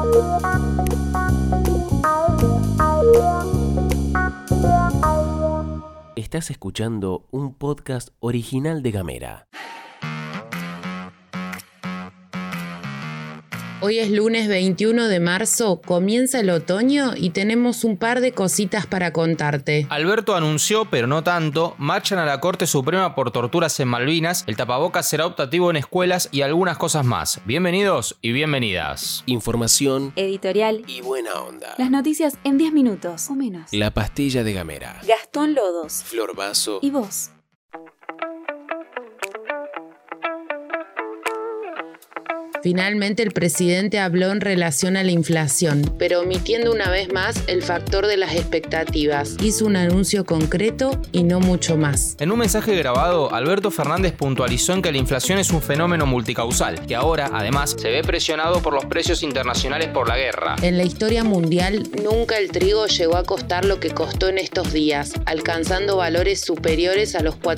Estás escuchando un podcast original de Gamera. Hoy es lunes 21 de marzo, comienza el otoño y tenemos un par de cositas para contarte. Alberto anunció, pero no tanto, marchan a la Corte Suprema por torturas en Malvinas, el tapabocas será optativo en escuelas y algunas cosas más. Bienvenidos y bienvenidas. Información, editorial y buena onda. Las noticias en 10 minutos o menos. La pastilla de Gamera. Gastón Lodos. Flor Vaso. Y vos. Finalmente el presidente habló en relación a la inflación, pero omitiendo una vez más el factor de las expectativas. Hizo un anuncio concreto y no mucho más. En un mensaje grabado, Alberto Fernández puntualizó en que la inflación es un fenómeno multicausal, que ahora, además, se ve presionado por los precios internacionales por la guerra. En la historia mundial, nunca el trigo llegó a costar lo que costó en estos días, alcanzando valores superiores a los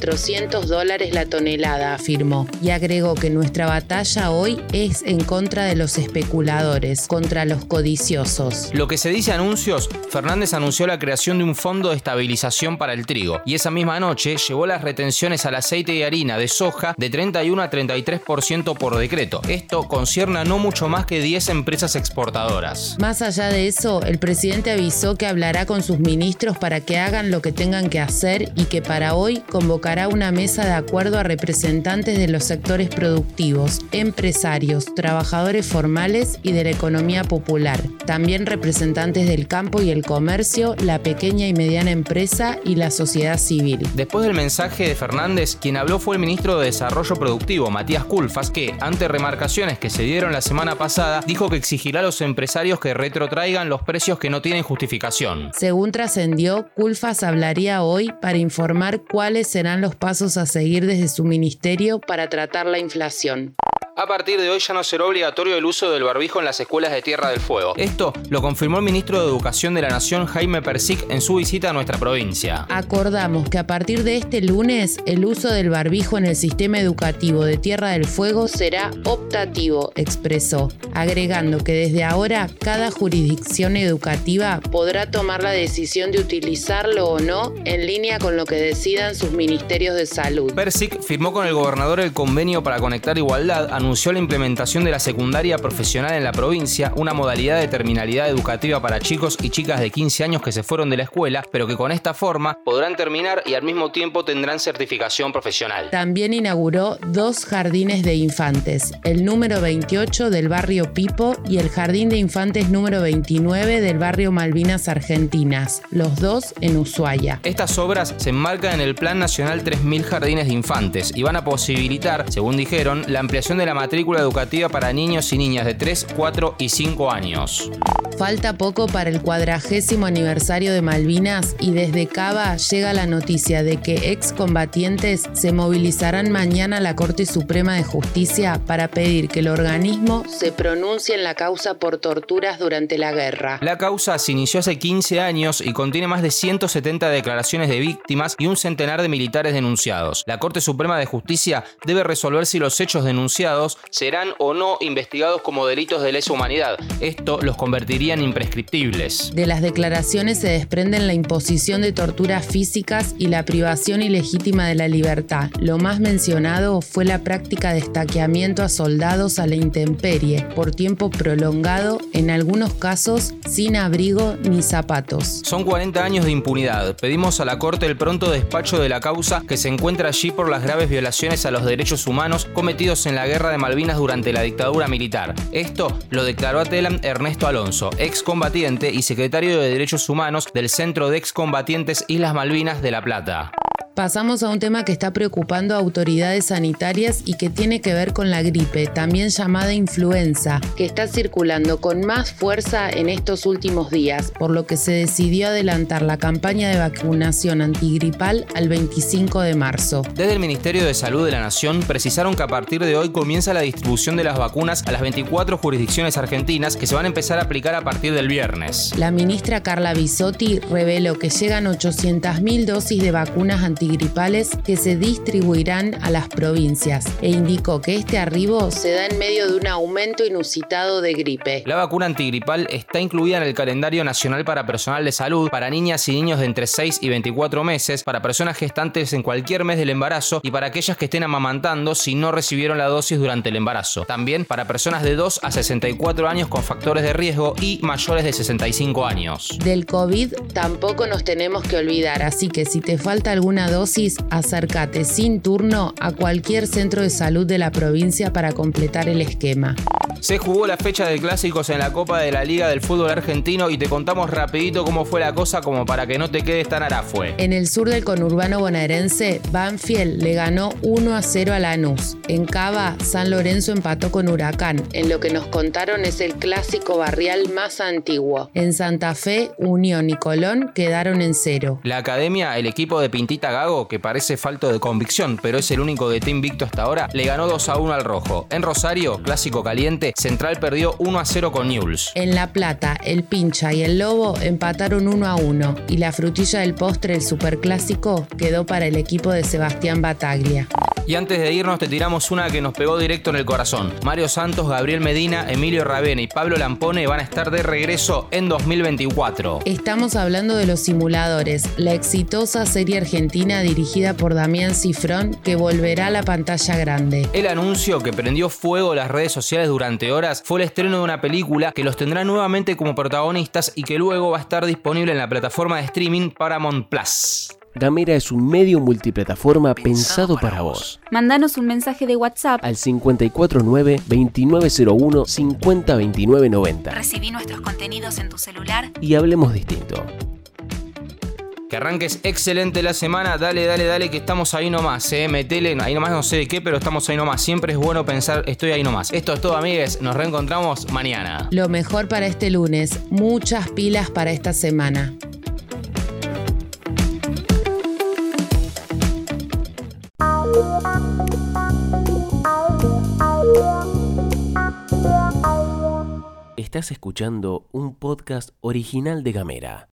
$400 la tonelada, afirmó. Y agregó que nuestra batalla hoy es en contra de los especuladores, contra los codiciosos. Lo que se dice anuncios, Fernández anunció la creación de un fondo de estabilización para el trigo y esa misma noche llevó las retenciones al aceite y harina de soja de 31 a 33% por decreto. Esto concierne a no mucho más que 10 empresas exportadoras. Más allá de eso, el presidente avisó que hablará con sus ministros para que hagan lo que tengan que hacer y que para hoy convocará una mesa de acuerdo a representantes de los sectores productivos, empresarios, trabajadores formales y de la economía popular, también representantes del campo y el comercio, la pequeña y mediana empresa y la sociedad civil. Después del mensaje de Fernández, quien habló fue el ministro de Desarrollo Productivo, Matías Culfas, que, ante remarcaciones que se dieron la semana pasada, dijo que exigirá a los empresarios que retrotraigan los precios que no tienen justificación. Según trascendió, Culfas hablaría hoy para informar cuáles serán los pasos a seguir desde su ministerio para tratar la inflación. A partir de hoy ya no será obligatorio el uso del barbijo en las escuelas de Tierra del Fuego. Esto lo confirmó el ministro de Educación de la Nación, Jaime Persic, en su visita a nuestra provincia. Acordamos que a partir de este lunes, el uso del barbijo en el sistema educativo de Tierra del Fuego será optativo, expresó, agregando que desde ahora cada jurisdicción educativa podrá tomar la decisión de utilizarlo o no en línea con lo que decidan sus ministerios de salud. Persic firmó con el gobernador el convenio para conectar igualdad, anunció la implementación de la secundaria profesional en la provincia, una modalidad de terminalidad educativa para chicos y chicas de 15 años que se fueron de la escuela, pero que con esta forma podrán terminar y al mismo tiempo tendrán certificación profesional. También inauguró 2 jardines de infantes, el número 28 del barrio Pipo y el jardín de infantes número 29 del barrio Malvinas Argentinas, los dos en Ushuaia. Estas obras se enmarcan en el Plan Nacional 3000 Jardines de Infantes y van a posibilitar, según dijeron, la ampliación de la matrícula educativa para niños y niñas de 3, 4 y 5 años. Falta poco para el 40º aniversario de Malvinas y desde Cava llega la noticia de que excombatientes se movilizarán mañana a la Corte Suprema de Justicia para pedir que el organismo se pronuncie en la causa por torturas durante la guerra. La causa se inició hace 15 años y contiene más de 170 declaraciones de víctimas y un centenar de militares denunciados. La Corte Suprema de Justicia debe resolver si los hechos denunciados serán o no investigados como delitos de lesa humanidad. Esto los convertiría en imprescriptibles. De las declaraciones se desprenden la imposición de torturas físicas y la privación ilegítima de la libertad. Lo más mencionado fue la práctica de estaqueamiento a soldados a la intemperie por tiempo prolongado, en algunos casos sin abrigo ni zapatos. Son 40 años de impunidad. Pedimos a la Corte el pronto despacho de la causa que se encuentra allí por las graves violaciones a los derechos humanos cometidos en la Guerra de Malvinas durante la dictadura militar. Esto lo declaró a Telam Ernesto Alonso, excombatiente y secretario de Derechos Humanos del Centro de Excombatientes Islas Malvinas de La Plata. Pasamos a un tema que está preocupando a autoridades sanitarias y que tiene que ver con la gripe, también llamada influenza, que está circulando con más fuerza en estos últimos días, por lo que se decidió adelantar la campaña de vacunación antigripal al 25 de marzo. Desde el Ministerio de Salud de la Nación precisaron que a partir de hoy comienza la distribución de las vacunas a las 24 jurisdicciones argentinas que se van a empezar a aplicar a partir del viernes. La ministra Carla Bisotti reveló que llegan 800.000 dosis de vacunas antigripales antigripales que se distribuirán a las provincias e indicó que este arribo se da en medio de un aumento inusitado de gripe. La vacuna antigripal está incluida en el calendario nacional para personal de salud, para niñas y niños de entre 6 y 24 meses, para personas gestantes en cualquier mes del embarazo y para aquellas que estén amamantando si no recibieron la dosis durante el embarazo. También para personas de 2 a 64 años con factores de riesgo y mayores de 65 años. Del COVID tampoco nos tenemos que olvidar, así que si te falta alguna dosis, acércate sin turno a cualquier centro de salud de la provincia para completar el esquema. Se jugó la fecha de clásicos en la Copa de la Liga del Fútbol Argentino y te contamos rapidito cómo fue la cosa como para que no te quedes tan arafue. En el sur del conurbano bonaerense, Banfield le ganó 1-0 a Lanús. En Cava, San Lorenzo empató con Huracán. En lo que nos contaron es el clásico barrial más antiguo. En Santa Fe, Unión y Colón quedaron en 0. La Academia, el equipo de Pintita Gago, que parece falto de convicción, pero es el único de Team Victo hasta ahora, le ganó 2-1 al Rojo. En Rosario, clásico caliente, Central perdió 1-0 con Newell's. En La Plata, el Pincha y el Lobo empataron 1-1 y la frutilla del postre, el superclásico, quedó para el equipo de Sebastián Bataglia. Y antes de irnos te tiramos una que nos pegó directo en el corazón. Mario Santos, Gabriel Medina, Emilio Ravena y Pablo Lampone van a estar de regreso en 2024. Estamos hablando de Los Simuladores, la exitosa serie argentina dirigida por Damián Cifrón que volverá a la pantalla grande. El anuncio que prendió fuego las redes sociales durante horas fue el estreno de una película que los tendrá nuevamente como protagonistas y que luego va a estar disponible en la plataforma de streaming Paramount Plus. Gamera es un medio multiplataforma pensado para vos. Mándanos un mensaje de WhatsApp Al 549-2901-502990 Recibí nuestros contenidos en tu celular. y hablemos distinto. Que arranques excelente la semana, dale, que estamos ahí nomás, metele, ahí nomás no sé de qué, pero estamos ahí nomás. Siempre es bueno pensar, estoy ahí nomás. Esto es todo, amigues, nos reencontramos mañana. Lo mejor para este lunes, muchas pilas para esta semana. Estás escuchando un podcast original de Gamera.